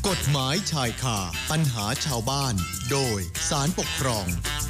กฎหมายชายคาปัญหาชาวบ้านโดยศาลปกครอง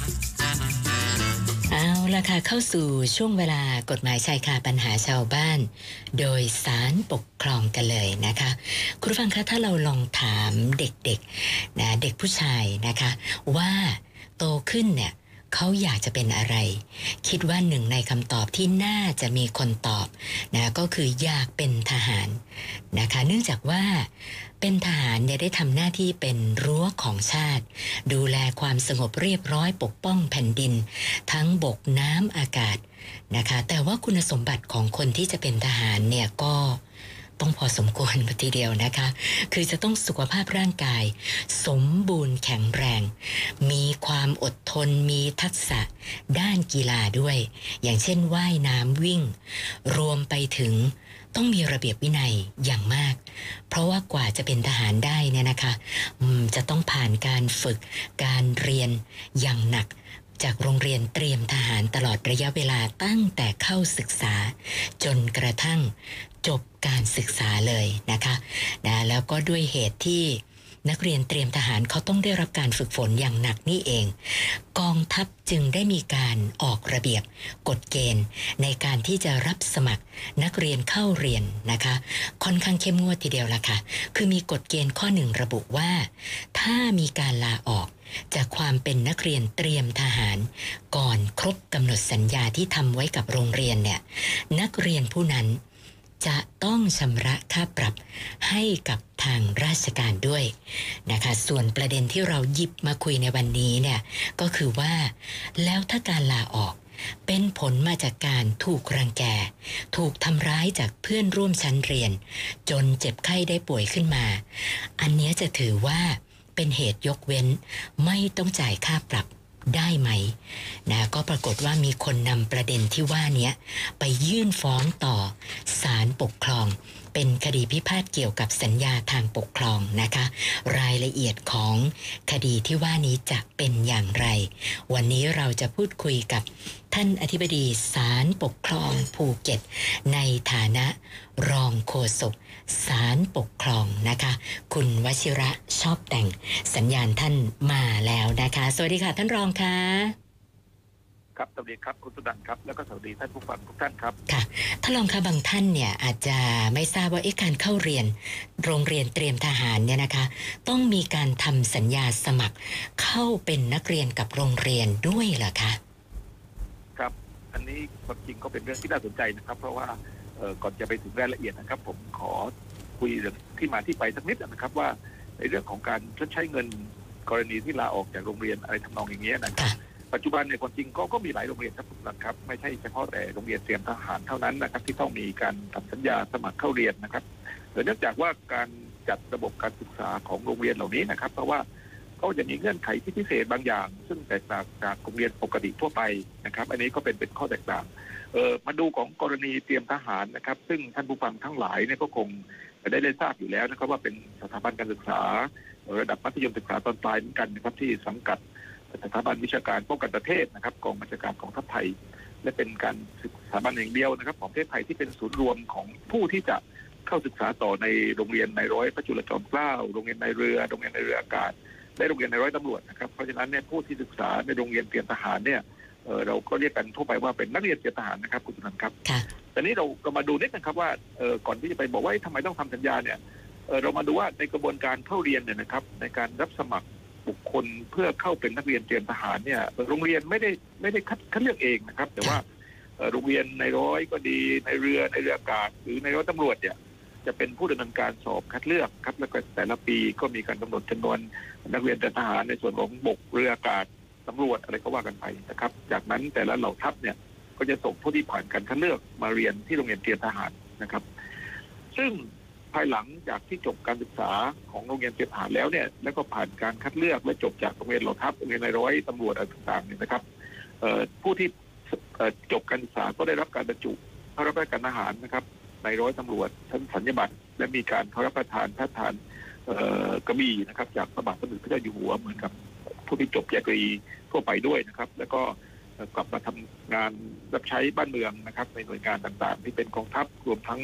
เอาล่ะค่ะเข้าสู่ช่วงเวลากฎหมายชายคาปัญหาชาวบ้านโดยศาลปกครองกันเลยนะคะคุณผู้ฟังคะถ้าเราลองถามเด็กๆนะเด็กผู้ชายนะคะว่าโตขึ้นเนี่ยเขาอยากจะเป็นอะไรคิดว่าหนึ่งในคำตอบที่น่าจะมีคนตอบนะก็คืออยากเป็นทหารนะคะเนื่องจากว่าเป็นทหารเนี่ยได้ทำหน้าที่เป็นรั้วของชาติดูแลความสงบเรียบร้อยปกป้องแผ่นดินทั้งบกน้ำอากาศนะคะแต่ว่าคุณสมบัติของคนที่จะเป็นทหารเนี่ยก็ต้องพอสมควรทีเดียวนะคะคือจะต้องสุขภาพร่างกายสมบูรณ์แข็งแรงมีความอดทนมีทักษะด้านกีฬาด้วยอย่างเช่นว่ายน้ำวิ่งรวมไปถึงต้องมีระเบียบวินัยอย่างมากเพราะว่ากว่าจะเป็นทหารได้เนี่ยนะคะจะต้องผ่านการฝึกการเรียนอย่างหนักจากโรงเรียนเตรียมทหารตลอดระยะเวลาตั้งแต่เข้าศึกษาจนกระทั่งจบการศึกษาเลยนะคะแล้วก็ด้วยเหตุที่นักเรียนเตรียมทหารเขาต้องได้รับการฝึกฝนอย่างหนักนี่เองกองทัพจึงได้มีการออกระเบียบกฎเกณฑ์ในการที่จะรับสมัครนักเรียนเข้าเรียนนะคะค่อนข้างเข้มงวดทีเดียวล่ะค่ะคือมีกฎเกณฑ์ข้อหนึ่งระบุว่าถ้ามีการลาออกจากความเป็นนักเรียนเตรียมทหารก่อนครบกำหนดสัญญาที่ทำไว้กับโรงเรียนเนี่ยนักเรียนผู้นั้นจะต้องชำระค่าปรับให้กับทางราชการด้วยนะคะส่วนประเด็นที่เราหยิบมาคุยในวันนี้เนี่ยก็คือว่าแล้วถ้าการลาออกเป็นผลมาจากการถูกรังแกถูกทำร้ายจากเพื่อนร่วมชั้นเรียนจนเจ็บไข้ได้ป่วยขึ้นมาอันนี้จะถือว่าเป็นเหตุยกเว้นไม่ต้องจ่ายค่าปรับได้ไหมนะก็ปรากฏว่ามีคนนำประเด็นที่ว่านี้ไปยื่นฟ้องต่อศาลปกครองเป็นคดีพิพาทเกี่ยวกับสัญญาทางปกครองนะคะรายละเอียดของคดีที่ว่านี้จะเป็นอย่างไรวันนี้เราจะพูดคุยกับท่านอธิบดีศาลปกครองภูเก็ตในฐานะรองโฆษกศาลปกครองนะคะคุณวชิระชอบแต่งสัญญาณท่านมาแล้วนะคะสวัสดีค่ะท่านรองค่ะครับสวัสดีครับคุณสุดันครับแล้วก็สวัสดีท่านผู้ฟังทุกท่านครับค่ะท่านรองคะบางท่านเนี่ยอาจจะไม่ทราบว่าการเข้าเรียนโรงเรียนเตรียมทหารเนี่ยนะคะต้องมีการทำสัญญาสมัครเข้าเป็นนักเรียนกับโรงเรียนด้วยเหรอคะครับอันนี้ความจริงก็เป็นเรื่องที่น่าสนใจนะครับเพราะว่าก่อนจะไปถึงรายละเอียดนะครับผมขอคุยเรื่องที่มาที่ไปสักนิดนะครับว่าในเรื่องของการชดใช้เงินกรณีที่ลาออกจากโรงเรียนอะไรทำนองอย่างเงี้ยนะครับปัจจุบันในความจริงก็มีหลายโรงเรียนครับนะครับไม่ใช่เฉพาะแต่โรงเรียนเตรียมทหารเท่านั้นนะครับที่ต้องมีการทำสัญญาสมัครเข้าเรียนนะครับเนื่องจากว่าการจัดระบบการศึกษาของโรงเรียนเหล่านี้นะครับเพราะว่าเขาจะมีเงื่อนไขที่พิเศษบางอย่างซึ่งแตกต่างจากโรงเรียนปกติทั่วไปนะครับอันนี้ก็เป็นข้อแตกต่างมาดูของกรณีเตรียมทหารนะครับซึ่งท่านผู้ฟังทั้งหลายเนี่ยก็คงได้ทราบอยู่แล้วนะครับว่าเป็นสถาบันการศึกษาระดับมัธยมศึกษาตอนปลายเหมือนกันนะครับที่สังกัดสถาบันวิชาการป้องกันประเทศนะครับกองบัญชาการกองทัพไทยและเป็นการสถาบันแห่งเดียวนะครับของประเทศไทยที่เป็นศูนย์รวมของผู้ที่จะเข้าศึกษาต่อในโรงเรียนนายร้อยพระจุลจอมเกล้าโรงเรียนนายเรือโรงเรียนนายเรืออากาศและโรงเรียนนายร้อยตำรวจนะครับเพราะฉะนั้นเนี่ยผู้ที่ศึกษาในโรงเรียนเตรียมทหารเนี่ยเราก็เรียกกันทั่วไปว่าเป็นนักเรียนเตรียมทหารนะครับคุณสุนันท์ครับแต่นี้เรามาดูนิดนะครับว่าก่อนที่จะไปบอกว่าทำไมต้องทำสัญญาเนี่ยเรามาดูว่าในกระบวนการเข้าเรียนเนี่ยนะครับในการรับสมัครบุคคลเพื่อเข้าเป็นนักเรียนเตรียมทหารเนี่ยโรงเรียนไม่ได้คัดเลือกเองนะครับแต่ว่าโรงเรียนนายร้อยก็ดีในเรืออากาศหรือในร้อยตำรวจเนี่ยจะเป็นผู้ดำเนินการสอบคัดเลือกครับแล้วก็แต่ละปีก็มีการกำหนดจำนวนนักเรียนเตรียมทหารในส่วนของบกเรืออากาศตำรวจอะไรก็ว่ากันไปนะครับจากนั้นแต่ละเหล่าทัพเนี่ยก็จะส่งผู้ที่ผ่านการคัดเลือกมาเรียนที่โรงเรียนเตรียมทหารนะครับซึ่งภายหลังจากที่จบการศึกษาของโรงเรียนเตรียมทหารแล้วเนี่ยแล้วก็ผ่านการคัดเลือกและจบจากโรงเรียนเหล่าทัพโรงเรียนนายร้อยตำรวจอะไรต่างๆเนี่ยนะครับผู้ที่จบการศึกษาก็ได้รับการบรรจุเข้ารับราชการทหารนะครับนายร้อยตำรวจชั้นสัญญาบัตรและมีการเข้ารับประทานพระทานกระบี่นะครับจากพระบาทสมเด็จพระเจ้าอยู่หัวเหมือนกับผู้ที่จบปริญญาตรีทั่วไปด้วยนะครับแล้วก็กลับมาทำงานรับใช้บ้านเมืองนะครับในหน่วยงานต่างๆที่เป็นกองทัพรวมทั้ง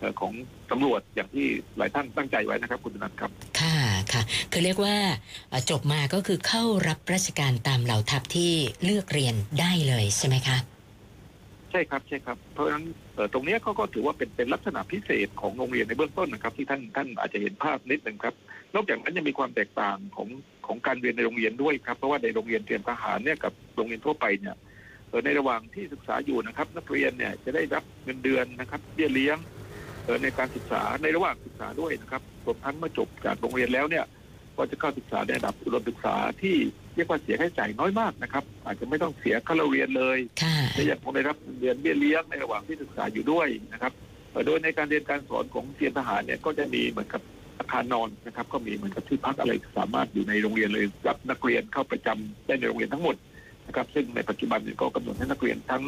ของตำรวจอย่างที่หลายท่านตั้งใจไว้นะครับคุณนันท์ครับค่ะค่ะคือเรียกว่าจบมาก็คือเข้ารับราชการตามเหล่าทัพที่เลือกเรียนได้เลยใช่ไหมคะใช่ครับใช่ครับเพราะฉะนั้นตรงนี้ก็ถือว่าเป็นลักษณะพิเศษของโรงเรียนในเบื้องต้นนะครับที่ท่านอาจจะเห็นภาพนิดหนึ่งครับนอกจากนั้นยังมีความแตกต่างของการเรียนในโรงเรียนด้วยครับเพราะว่าในโรงเรียนเตรียมทหารเนี่ยกับโรงเรียนทั่วไปเนี่ยในระหว่างที่ศึกษาอยู่นะครับนักเรียนเนี่ยจะได้รับเงินเดือนนะครับเบี้ยเลี้ยงในการศึกษาในระหว่างศึกษาด้วยนะครับรวมทั้งเมื่อจบจากโรงเรียนแล้วเนี่ยก็จะเข้าศึกษาในระดับอุดมศึกษาที่เรียกว่าเสียค่าใช้จ่ายน้อยมากนะครับอาจจะไม่ต้องเสียค่าเรียนเลยและยังคงได้รับเงินเดือนเบี้ยเลี้ยงในระหว่างที่ศึกษาอยู่ด้วยนะครับโดยในการเรียนการสอนของเตรียมทหารเนี่ยก็จะมีเหมือนกับอาคารนอนนะครับก็มีเหมือนกับที่พักอะไรสามารถอยู่ในโรงเรียนเลยรับนักเรียนเข้าประจำได้ในโรงเรียนทั้งหมดนะครับซึ่งในปัจจุบันก็กำหนดให้นักเรียนทั้ง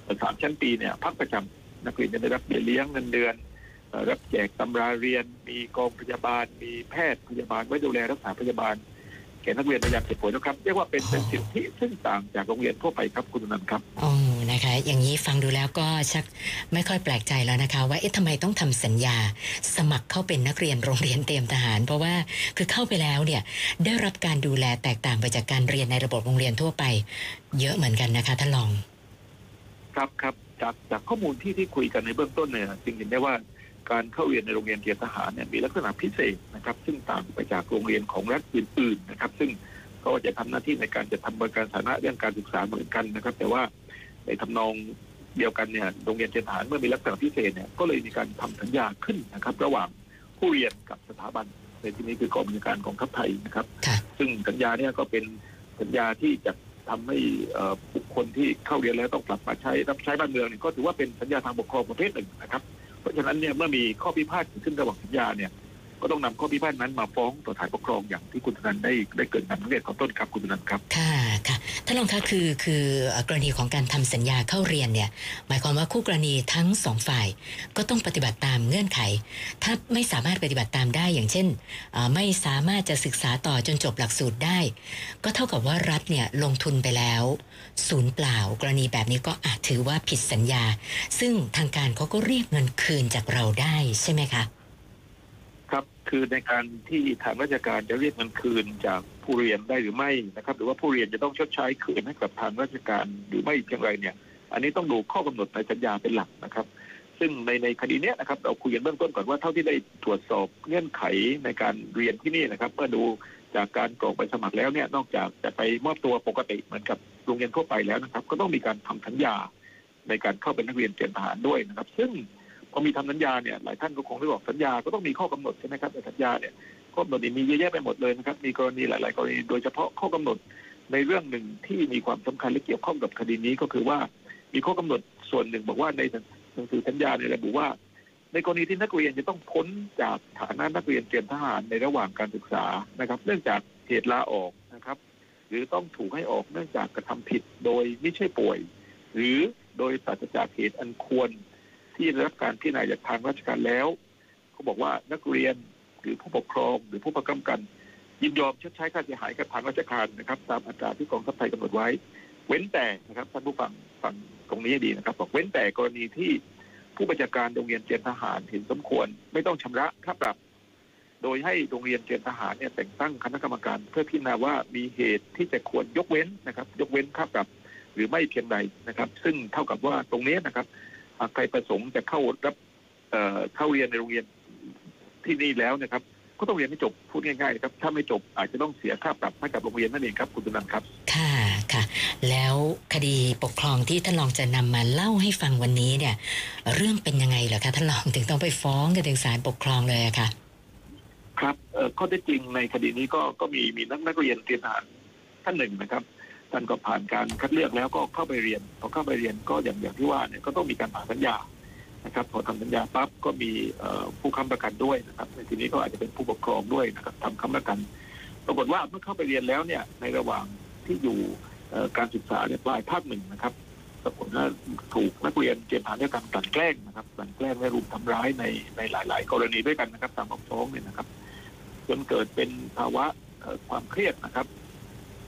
3 ชั้นปีเนี่ยพักประจำนักเรียนจะได้รับเบี้ยเลี้ยงเงินเดือนรับแจกตำราเรียนมีกองพยาบาลมีแพทย์พยาบาลไว้ดูแลรักษาพยาบาลแก่นักเรียนในยามเจ็บป่วยนะครับเรียกว่าเป็นสิทธิซึ่งต่างจากโรงเรียนทั่วไปครับคุณนันท์ครับอ๋อนะคะอย่างนี้ฟังดูแล้วก็ชักไม่ค่อยแปลกใจแล้วนะคะว่าทำไมต้องทำสัญญาสมัครเข้าเป็นนักเรียนโรงเรียนเตรียมทหารเพราะว่าคือเข้าไปแล้วเนี่ยได้รับการดูแลแตกต่างไปจากการเรียนในระบบโรงเรียนทั่วไปเยอะเหมือนกันนะคะท่านรองครับจากข้อมูลที่คุยกันในเบื้องต้นเนี่ยจึงเห็นได้ว่าการเข้าเรียนในโรงเรียนเตรียมทหารเนี่ยมีลักษณะพิเศษนะครับซึ่งต่างไปจากโรงเรียนของรัฐอื่นๆนะครับซึ่งเขาจะทำหน้าที่ในการจะทำบริการสาธารณะเรื่องการศึกษาเหมือนกันนะครับแต่ว่าในทำนองเดียวกันเนี่ยโรงเรียนเตรียมทหารเมื่อมีลักษณะพิเศษเนี่ยก็เลยมีการทำสัญญาขึ้นนะครับระหว่างผู้เรียนกับสถาบันในที่นี้คือกองบัญชาการกองทัพไทยนะครับซึ่งสัญญาเนี่ยก็เป็นสัญญาที่จะทำให้บุคคลที่เข้าเรียนแล้วต้องกลับมารับใช้บ้านเมืองเนี่ยก็ถือว่าเป็นสัญญาทางปกครองประเภทหนึ่งนะครับเพราะฉะนั้นเนี่ยเมื่อมีข้อพิพาทเกิดขึ้นระหว่างสัญญาเนี่ยก็ต้องนำข้อพิพาทนั้นมาฟ้องต่อศาลปกครองอย่างที่คุณธนันได้เกิดนำเรียนขอต้นครับคุณธนันครับค่ะค่ะท่านรองคะคือกรณีของการทำสัญญาเข้าเรียนเนี่ยหมายความว่าคู่กรณีทั้ง2 ฝ่ายก็ต้องปฏิบัติตามเงื่อนไขถ้าไม่สามารถปฏิบัติตามได้อย่างเช่นไม่สามารถจะศึกษาต่อจนจบหลักสูตรได้ก็เท่ากับว่ารัฐเนี่ยลงทุนไปแล้วศูนย์เปล่ากรณีแบบนี้ก็อาจถือว่าผิดสัญญาซึ่งทางการเขาก็เรียกเงินคืนจากเราได้ใช่ไหมคะครับคือในการที่ทางราชการจะเรียกเงินคืนจากผู้เรียนได้หรือไม่นะครับหรือว่าผู้เรียนจะต้องชดใช้คืนให้กับทางราชการหรือไม่เพียงไรเนี่ยอันนี้ต้องดูข้อกำหนดในสัญญาเป็นหลักนะครับซึ่งในคดีนี้นะครับเราคุยกันเบื้องต้นก่อนว่าเท่าที่ได้ตรวจสอบเงื่อนไขในการเรียนที่นี่นะครับเมื่อดูจากการกรอกใบสมัครแล้วเนี่ยนอกจากจะไปมอบตัวปกติเหมือนกับโรงเรียนทั่วไปแล้วนะครับก็ต้องมีการทำสัญญาในการเข้าเป็นนักเรียนเตรียมทหารด้วยนะครับซึ่งพอมีทำสัญญาเนี่ยหลายท่านก็คงได้บอกสัญญาก็ต้องมีข้อกำหนดใช่ไหมครับในสัญญาเนี่ยข้อกำหนดมีเยอะแยะไปหมดเลยนะครับมีกรณีหลายๆกรณีโดยเฉพาะข้อกำหนดในเรื่องหนึ่งที่มีความสำคัญและเกี่ยวข้องกับคดีนี้ก็คือว่ามีข้อกำหนดส่วนหนึ่งบอกว่าในหนังสือสัญญาเนี่ยระบุว่าในกรณีที่นักเรียนจะต้องพ้นจากฐานะนักเรียนเตรียมทหารในระหว่างการศึกษานะครับเนื่องจากเหตุลาออกนะครับหรือต้องถูกให้ออกเนื่องจากกระทำผิดโดยไม่ใช่ป่วยหรือโดยปราศจากเหตุอันควรที่ได้รับการพิจารณาจากทางราชการแล้วเขาบอกว่านักเรียนหรือผู้ปกครองหรือผู้ประกำกันยินยอมชดใช้ค่าเสียหายกับทางราชการนะครับตามอัตราที่กองทัพไทยกำหนดไว้เว้นแต่นะครับท่านผู้ฟังตรงนี้ดีนะครับบอกเว้นแต่กรณีที่ผู้บัญชาการโรงเรียนเตรียมทหารเห็นสมควรไม่ต้องชำระค่าปรับโดยให้โรงเรียนเตรียมทหารเนี่ยแต่งตั้งคณะกรรมการเพื่อพิจารณาว่ามีเหตุที่จะควรยกเว้นนะครับยกเว้นค่าปรับหรือไม่เพียงใดนะครับซึ่งเท่ากับว่าตรงนี้นะครับใครประสงค์จะเข้ารับเข้าเรียนในโรงเรียนที่นี่แล้วนะครับก็ต้องเรียนให้จบพูดง่ายๆนะครับถ้าไม่จบอาจจะต้องเสียค่าปรับให้กับโรงเรียนนั่นเองครับคุณตุนันท์ครับค่ะค่ะแล้วคดีปกครองที่ท่านรองจะนำมาเล่าให้ฟังวันนี้เนี่ยเรื่องเป็นยังไงเหรอคะท่านรองถึงต้องไปฟ้องกันถึงศาลปกครองเลยอะค่ะครับข้อเท็จจริงในคดีนี้ก็มีนักเรียนเตรียมทหารท่านหนึ่งนะครับท่านก็ผ่านการคัดเลือกแล้วก็เข้าไปเรียนพอเข้าไปเรียนก็อย่างที่ว่าเนี่ยก็ต้องมีการผ่านสัญญานะครับพอทำสัญญาปั๊บก็มีผู้ค้ำประกันด้วยนะครับในทีนี้ก็อาจจะเป็นผู้ปกครองด้วยนะครับทำค้ำประกันปรากฏว่าเมื่อเข้าไปเรียนแล้วเนี่ยในระหว่างที่อยู่การศึกษาเนี่ยปลายภาค 1นะครับปรากฏว่าถูกนักเรียนเตรียมทหารด้วยการกลั่นแกล้งนะครับกลั่นแกล้งและรุมทำร้ายในหลายๆกรณีด้วยกันนะครับตามคำฟ้องเนี่ยนะครับจนเกิดเป็นภาวะความเครียดนะครับ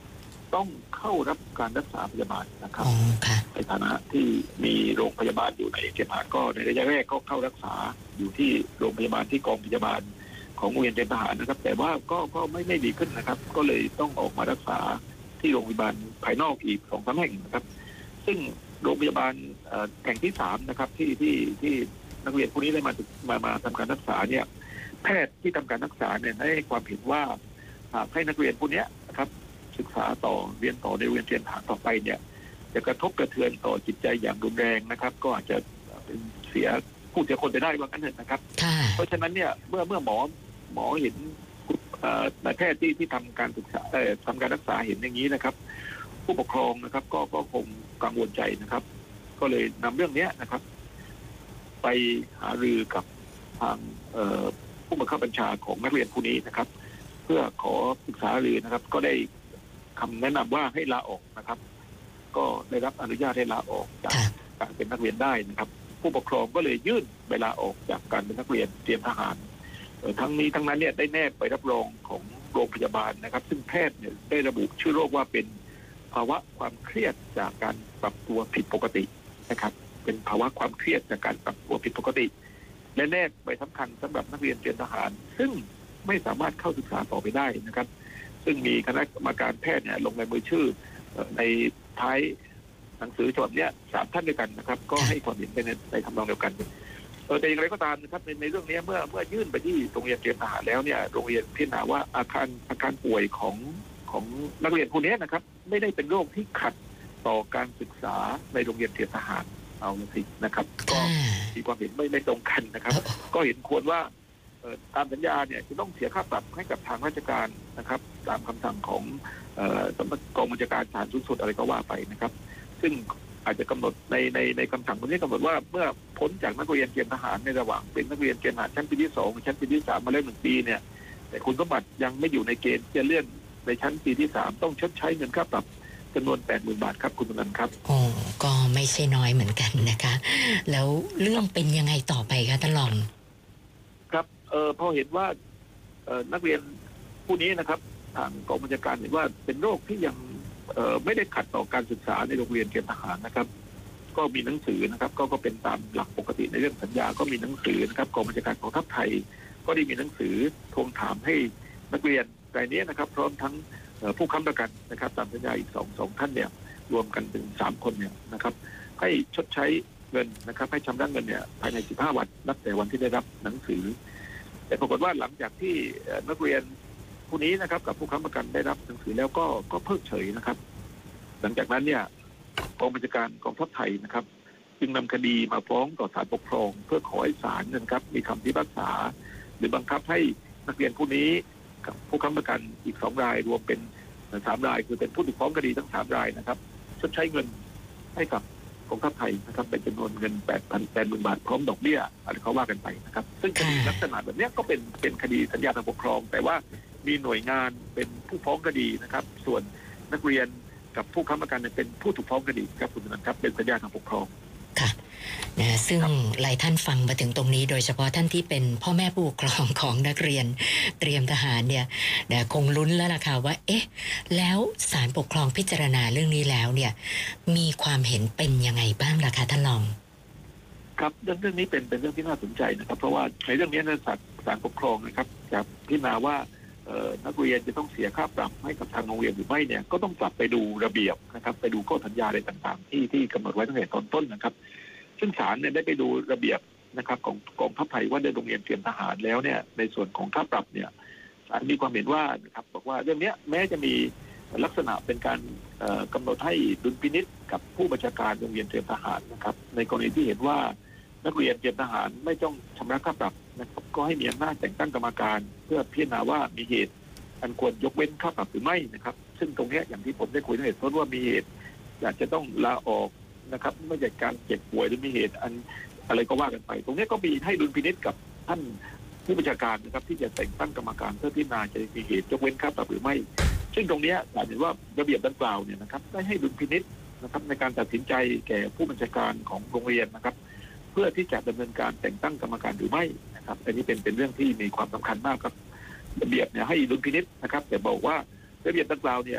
ต้องเข้ารับการรักษาพยาบาลนะครับอ๋อค่ะในฐานะที่มีโรงพยาบาลอยู่ในเขตทหารก็ในระยะแรกก็เข้ารักษาอยู่ที่โรงพยาบาลที่กองพยาบาลของโรงเรียนเตรียมทหารนะครับ แต่ว่าก็ไม่ดีขึ้นนะครับ ก็เลยต้องออกมารักษาที่โรงพยาบาลภายนอกอีก2-3 แห่งนะครับ ซึ่งโรงพยาบาลแห่งที่3นะครับที่นักเรียนพวกนี้ได้มาทำการรักษาเนี่ยแพทย์ที่ทำการรักษาเนี่ยให้ความเห็นว่าหากให้นักเรียนพวกนี้นะครับศึกษาต่อเรียนต่อในโรงเรียนเตรียมทหารต่อไปเนี่ยจะกระทบกระเทือนต่อจิตใจอย่างรุนแรงนะครับก็อาจจะเสียผู้เสียคนไปได้ว่างั้นเถอะนะครับเพราะฉะนั้นเนี่ยเมื่อหมอเห็นนายแพทย์ที่ทำการศึกษาทำการรักษาเห็นอย่างนี้นะครับผู้ปกครองนะครับก็คงกังวลใจนะครับก็เลยนำเรื่องนี้นะครับไปหารือกับทางผู้บังคับบัญชาของนักเรียนผู้นี้นะครับเพื่อขอปรึกษาหารือนะครับก็ได้คำแนะนำว่าให้ลาออกนะครับก็ได้รับอนุญาตให้ลาออกจากการเป็นนักเรียนได้นะครับผู้ปกครองก็เลยยื่นใบลาออกจากการเป็นนักเรียนเตรียมทหารทั้งนี้ทั้งนั้นเนี่ยได้แนบไปรับรองของโรงพยาบาลนะครับซึ่งแพทย์เนี่ยได้ระบุชื่อโรคว่าเป็นภาวะความเครียดจากการปรับตัวผิดปกตินะครับเป็นภาวะความเครียดจากการปรับตัวผิดปกติและแนบใบสำคัญสำหรับนักเรียนเตรียมทหารซึ่งไม่สามารถเข้าศึกษาต่อไปได้นะครับซึ่งมีคณะกรรมการแพทย์เนี่ยลงในมือชื่อในท้ายหนังสือฉบับนี้3 ท่านด้วยกันนะครับก็ให้ความเห็นไปในทำนองเดียวกันแต่อย่างไรก็ตามนะครับในเรื่องนี้เมื่อยื่นไปที่โรงเรียนเตรียมทหารแล้วเนี่ยโรงเรียนพิจารณาว่าอาการป่วยของนักเรียนพวกนี้นะครับไม่ได้เป็นโรคที่ขัดต่อการศึกษาในโรงเรียนเตรียมทหารเอาสินะครับก็มีความเห็นไม่ตรงกันนะครับก็เห็นควรว่าตามสัญญาเนี่ยจะต้องเสียค่าปรับให้กับทางราชการนะครับตามคำสั่งของสำนักกองบัญชาการทหารสูงสุดอะไรก็ว่าไปนะครับซึ่งอาจจะกำหนดในคำสั่งตรงนี้กำหนดว่าเมื่อพ้นจากนักเรียนเตรียมทหารในระหว่างเป็นนักเรียนเตรียมทหารชั้นปีที่2ชั้นปีที่3มาแล้ว1 ปีเนี่ยแต่คุณสมบัติยังไม่อยู่ในเกณฑ์จะเลื่อนในชั้นปีที่3ต้องชดใช้เงินค่าปรับจำนวน 80,000 บาทครับคุณกำนันครับโอ้ก็ไม่ใช่น้อยเหมือนกันนะคะแล้วเรื่องเป็นยังไงต่อไปคะท่านรองครับพอเห็นว่านักเรียนผู้นี้นะครับทางกองบัญชาการเห็นว่าเป็นโรคที่ยังไม่ได้ขัดต่อการศึกษาในโรงเรียนเตรียมทหารนะครับก็มีหนังสือนะครับก็เป็นตามหลักปกติในเรื่องสัญญาก็มีหนังสือนะครับกองบัญชาการกองทัพไทยก็ได้มีหนังสือทวงถามให้นักเรียนรายนี้นะครับพร้อมทั้งผู้ค้ำประกันนะครับตามสัญญาอีก2 ท่านเนี่ยรวมกันถึง3 คนเนี่ยนะครับให้ชดใช้เงินนะครับให้ชำระเงินเนี่ยภายใน15 วันนับแต่วันที่ได้รับหนังสือแต่ปรากฏว่าหลังจากที่นักเรียนผู้นี้นะครับกับผู้ค้ำประกันได้รับหนังสือแล้วก็เพิกเฉยนะครับหลังจากนั้นเนี่ยกองบัญชาการกองทัพไทยนะครับจึงนำคดีมาฟ้องต่อศาลปกครองเพื่อขอให้ศาลนะครับมีคำพิพากษาหรือบังคับให้นักเรียนผู้นี้กับผู้ค้ำประกันอีก2 รายรวมเป็น3 รายคือเป็นผู้ถูกฟ้องคดีทั้ง3 รายนะครับชดใช้เงินให้กับกองทัพไทยนะครับเป็นจำนวนเงิน 80,000 บาทพร้อมดอกเบี้ยอะไรเขาว่ากันไปนะครับซึ่งคดีลักษณะแบบนี้ก็เป็นคดีสัญญาทางปกครองแต่ว่ามีหน่วยงานเป็นผู้ฟ้องคดีนะครับส่วนนักเรียนกับผู้ค้ำประกันเป็นผู้ถูกฟ้องคดีครับคุณนันครับเป็นสัญญาทางปกครองค่ะนะซึ่งหลายท่านฟังมาถึงตรงนี้โดยเฉพาะท่านที่เป็นพ่อแม่ผู้ปกครองของนักเรียนเตรียมทหารเนี่ยคงลุ้นแล้วล่ะค่ะว่าเอ๊ะแล้วศาลปกครองพิจารณาเรื่องนี้แล้วเนี่ยมีความเห็นเป็นยังไงบ้างล่ะคะท่านรองครับเรื่องนี้เป็นเรื่องที่น่าสนใจนะครับเพราะว่าในเรื่องนี้ศาลปกครองนะครับจะพิจารณาว่านักเรียนจะต้องเสียค่าปรับให้กับทางโรงเรียนหรือไม่เนี่ยก็ต้องกลับไปดูระเบียบนะครับไปดูข้อสัญญาอะไรต่างๆที่กำหนดไว้ตั้งแต่ตอนต้นนะครับซึ่งศาลเนี่ยได้ไปดูระเบียบนะครับของกองทัพไทยว่าในโรงเรียนเตรียมทหารแล้วเนี่ยในส่วนของค่าปรับเนี่ยศาลมีความเห็นว่านะครับบอกว่าเรื่องนี้แม้จะมีลักษณะเป็นการกำหนดให้ดุลพินิจกับผู้บัญชาการโรงเรียนเตรียมทหารนะครับในกรณีที่เห็นว่านักเรียนเตรียมทหารไม่ต้องชำระค่าปรับนะครับก็ให้มีอำนาจแต่งตั้งกรรมการเพื่อพิจารณาว่ามีเหตุอันควรยกเว้นค่าปรับหรือไม่นะครับซึ่งตรงนี้อย่างที่ผมได้คุยตั้งแต่ต้นว่ามีเหตุอยากจะต้องลาออกนะครับไม่ใช่การเจ็บป่วยหรือมีเหตุอันอะไรก็ว่ากันไปตรงนี้ก็มีให้ดุลพินิจกับท่านผู้บัญชาการนะครับที่จะแต่งตั้งกรรมการเพื่อพิจารณาจะมีเหตุยกเว้นค่าปรับหรือไม่ซึ่งตรงนี้ศาลเห็นว่าระเบียบดังกล่าวเนี่ยนะครับได้ให้ดุลพินิจนะครับในการตัดสินใจแก่ผู้บัญชาการของโรงเรียนนะครับเพื่อที่จะดำเนินการแต่งตั้งกรรมการหรือไม่นะครับอันนี้เป็นเรื่องที่มีความสำคัญมากครับระเบียบเนี่ยให้ดุลพินิจนะครับแต่บอกว่าระเบียบดังกล่าวเนี่ยจ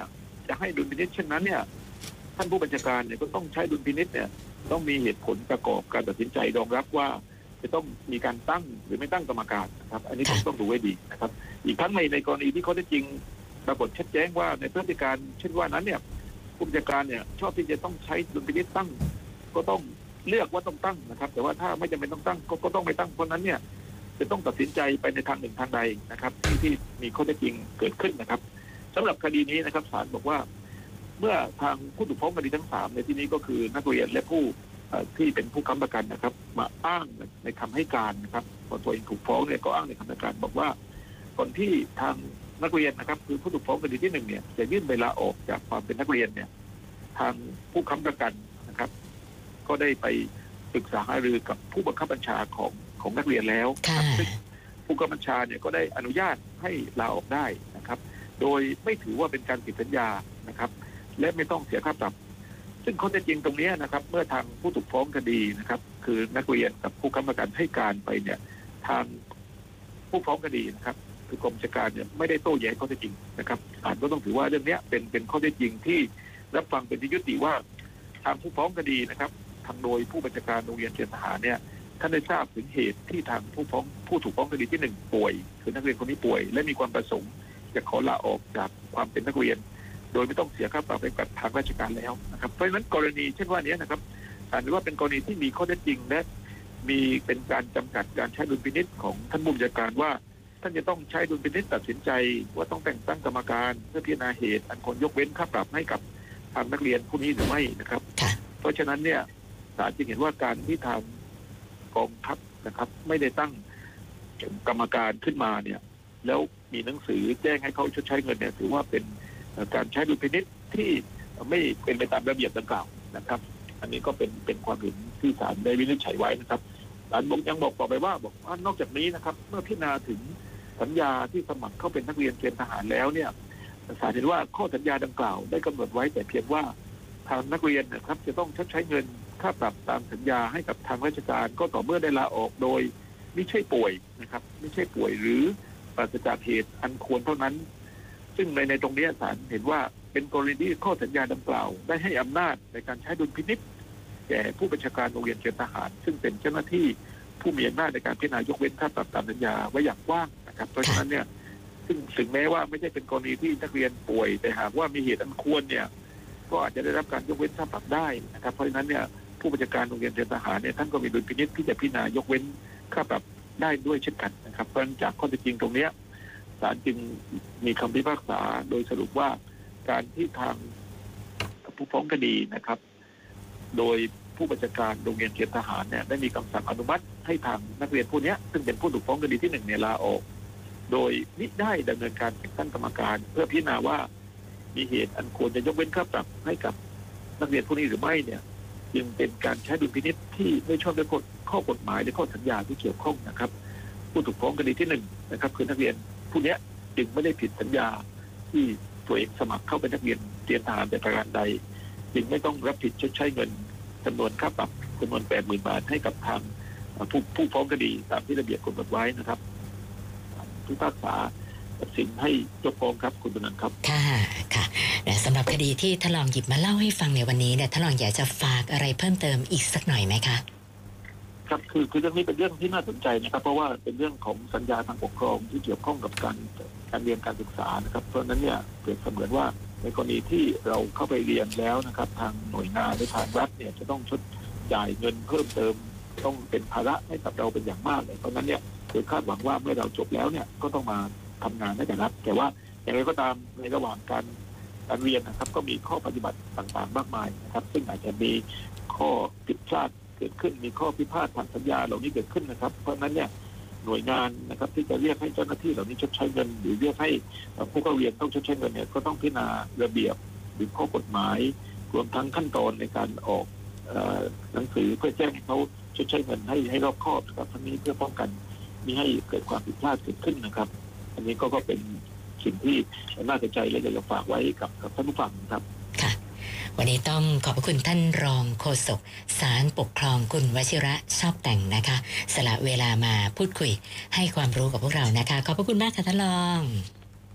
จะให้ดุลพินิจเช่นนั้นเนี่ยท่านผู้บัญชาการเนี่ยก็ต้องใช้ดุลพินิจเนี่ยต้องมีเหตุผลประกอบการตัดสินใจรองรับว่าจะต้องมีการตั้งหรือไม่ตั้งกรรมการนะครับอันนี้ต้องดูไว้ดีนะครับอีกทั้งในกรณีที่เขาได้จริงปรากฏชัดแจ้งว่าในพฤติการเช่นว่านั้นเนี่ยผู้บัญชาการเนี่ยชอบที่จะต้องใช้ดุลพินิจตั้งก็ต้องเลือกว่าต้องตั้งนะครับแต่ว่าถ้าไม่จำเป็นต้องตั้งก็ต้องไม่ตั้งเพราะนั้นเนี่ยจะต้องตัดสินใจไปในทางหนึ่งทางใดนะครับที่มีข้อเท็จจริงเกิดขึ้นนะครับสำหรับคดีนี้นะครับศาลบอกว่าเมื่อทางผู้ถูกฟ้องคดีทั้ง3ในที่นี้ก็คือนักเรียนและผู้ที่เป็นผู้ค้ำประกันนะครับมาอ้างในคำให้การนะครับพอตัวเองถูกฟ้องเนี่ยก็อ้างในคำให้การบอกว่าก่อนที่ทางนักเรียนนะครับคือผู้ถูกฟ้องคดีที่1เนี่ยจะยื่นใบลาออกจากความเป็นนักเรียนเนี่ยทางผู้ค้ำประกันนะครับก็ได้ไปปรึกษาหารือกับผู้บังคับบัญชาของนักเรียนแล้วซึ่งผู้บังคับบัญชาเนี่ยก็ได้อนุญาตให้ลาออกได้นะครับโดยไม่ถือว่าเป็นการผิดสัญญานะครับและไม่ต้องเสียค่าปรับซึ่งข้อเท็จจริงตรงนี้นะครับเมื่อทางผู้ถูกฟ้องคดีนะครับคือนักเรียนกับผู้ค้ำประกันให้การไปเนี่ยทางผู้ฟ้องคดีนะครับคือกรมราชการเนี่ยไม่ได้โต้แย้งข้อเท็จจริงนะครับศาลก็ต้องถือว่าเรื่องนี้เป็นข้อเท็จจริงที่รับฟังเป็นที่ยุติว่าทางผู้ฟ้องคดีนะครับทางโดยผู้บัญชาการโรงเรียนเตรียมทหารเนี่ยท่านได้ทราบถึงเหตุที่ทางผู้ถูกฟ้องคดีที่1ป่วยคือนักเรียนคนนี้ป่วยและมีความประสงค์จะขอลาออกจากความเป็นนักเรียนโดยไม่ต้องเสียค่าปรับไปกับทางราชการแล้วนะครับเพราะฉะนั้นกรณีเช่นว่านี้นะครับศาลถือว่าเป็นกรณีที่มีข้อเท็จจริงและมีเป็นการจำกัดการใช้ดุลพินิจของท่านผู้บัญชาการว่าท่านจะต้องใช้ดุลพินิจตัดสินใจว่าต้องแต่งตั้งกรรมการเพื่อพิจารณาเหตุอันควรยกเว้นค่าปรับให้กับทางนักเรียนผู้นี้หรือไม่นะครับเพราะฉะนั้นเนี่ยศาลจึงเห็นว่าการที่ทางกองทัพนะครับไม่ได้ตั้งกรรมการขึ้นมาเนี่ยแล้วมีหนังสือแจ้งให้เขาชดใช้เงินเนี่ยถือว่าเป็นการใช้ดุลพินิจที่ไม่เป็นไปตามระเบียบดังกล่าวนะครับอันนี้ก็เป็นความเห็นที่ศาลได้วินิจฉัยไว้นะครับศาลยังบอกต่อไปว่านอกจากนี้นะครับเมื่อพิจารณาถึงสัญญาที่สมัครเข้าเป็นนักเรียนเตรียมทหารแล้วเนี่ยศาลเห็นว่าข้อสัญญาดังกล่าวได้กำหนดไว้แต่เพียงว่าทางนักเรียนนะครับจะต้องชดใช้เงินค่าปรับตามสัญญาให้กับทางราชการก็ต่อเมื่อได้ลาออกโดยไม่ใช่ป่วยนะครับไม่ใช่ป่วยหรือปราศจากเหตุอันควรเท่านั้นซึ่งในตรงนี้ศาลเห็นว่าเป็นกรณีที่ข้อสัญญาดังกล่าวได้ให้อำนาจในการใช้ดุลพินิจแก่ผู้บัญชาการโรงเรียนเตรียมทหารซึ่งเป็นเจ้าหน้าที่ผู้มีอำนาจในการพิจารณายกเว้นค่าปรับตามสัญญาไว้อย่างกว้างนะครับเพราะฉะนั้นเนี่ยซึ่งถึงแม้ว่าไม่ใช่เป็นกรณีที่นักเรียนป่วยแต่หากว่ามีเหตุอันควรเนี่ยก็อาจจะได้รับการยกเว้นค่าปรับได้นะครับเพราะฉะนั้นเนี่ยผู้บัญชาการโรงเรียนเตรียมทหารเนี่ยท่านก็มีดุลพินิจที่จะพิจารณายกเว้นค่าปรับได้ด้วยเช่นกันนะครับเพราะฉะนั้นจากข้อเท็จจริงตรงนี้ศาลจึงมีคำพิพากษาโดยสรุปว่าการที่ทางผู้ฟ้องคดีนะครับโดยผู้บัญชาการโรงเรียนเตรียมทหารเนี่ยได้มีคำสั่งอนุมัติให้ทางนักเรียนผู้นี้ซึ่งเป็นผู้ถูกฟ้องคดีที่1เนี่ยลาออกโดยมิได้ดำเนินการแต่งตั้งกรรมการเพื่อพิจารณาว่ามีเหตุอันควรจะยกเว้นค่าปรับให้กับนักเรียนผู้นี้หรือไม่เนี่ยจึงเป็นการใช้ดุลพินิจที่ไม่ชอบด้วยข้อกฎหมายหรือข้อสัญญาที่เกี่ยวข้องนะครับผู้ถูกฟ้องคดีที่1นะครับคือนักเรียนผู้นี้จึงไม่ได้ผิดสัญญาที่ตัวเองสมัครเข้าเป็นนักเรียนเตรียมทหารแต่ประการใดจึงไม่ต้องรับผิดชดใช้เงินจำนวนค่าปรับจำนวน 80,000 บาทให้กับทางผู้ฟ้องคดีตามที่ระเบียบกำหนดไว้นะครับผู้พิพากษาตัดสินให้ยกฟ้องครับคุณบุญนันท์ครับค่ะสำหรับคดีที่ท่านรองหยิบมาเล่าให้ฟังในวันนี้เนี่ยท่านรองอยากจะฝากอะไรเพิ่มเติมอีกสักหน่อยไหมคะครับคือเรื่องนี้เป็นเรื่องที่น่าสนใจนะครับเพราะว่าเป็นเรื่องของสัญญาทางปกครองที่เกี่ยวข้องกับการเรียนการศึกษานะครับเพราะฉะนั้นเนี่ยเปรียบเสมือนว่าในกรณีที่เราเข้าไปเรียนแล้วนะครับทางหน่วยงานหรือทางรัฐเนี่ยจะต้องชดจ่ายเงินเพิ่มเติมต้องเป็นภาระให้กับเราเป็นอย่างมากเลยเพราะนั้นเนี่ยโดยคาดหวังว่าเมื่อเราจบแล้วเนี่ยก็ต้องมาทำงานให้กับรัฐแต่ว่าอย่างไรก็ตามในระหว่างการเรียนนะครับก็มีข้อปฏิบัติต่างๆมากมายนะครับซึ่งอาจจะมีข้อผิดพลาดเกิดขึ้นมีข้อพิพาททางสัญญาเหล่านี้เกิดขึ้นนะครับเพราะฉะนั้นเนี่ยหน่วยงานนะครับที่จะเรียกให้เจ้าหน้าที่เหล่านี้ชดใช้เงินหรือเรียกให้ผู้เข้าเรียนต้องชดใช้เงินเนี่ยก็ต้องพิจารณาระเบียบหรือข้อกฎหมายรวมทั้งขั้นตอนในการออกหนังสือเพื่อแจ้งให้เขาชดใช้เงินให้รอบคอบนะครับทั้งนี้เพื่อป้องกันมิให้เกิดความผิดพลาดเกิดขึ้นนะครับอันนี้ก็เป็นสิ่งที่น่าสนใจและอยากจะฝากไว้กับท่านผู้ฟังครับค่ะวันนี้ต้องขอบพระคุณท่านรองโฆษกศาลปกครองคุณวชิระชอบแต่งนะคะสละเวลามาพูดคุยให้ความรู้กับพวกเรานะคะขอบพระคุณมากค่ะท่านรอง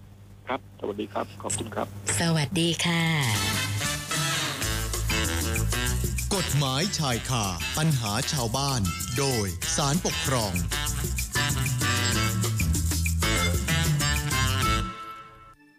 ครับสวัสดีครับขอบคุณครับสวัสดีค่ะกฎหมายชายคาปัญหาชาวบ้านโดยศาลปกครอง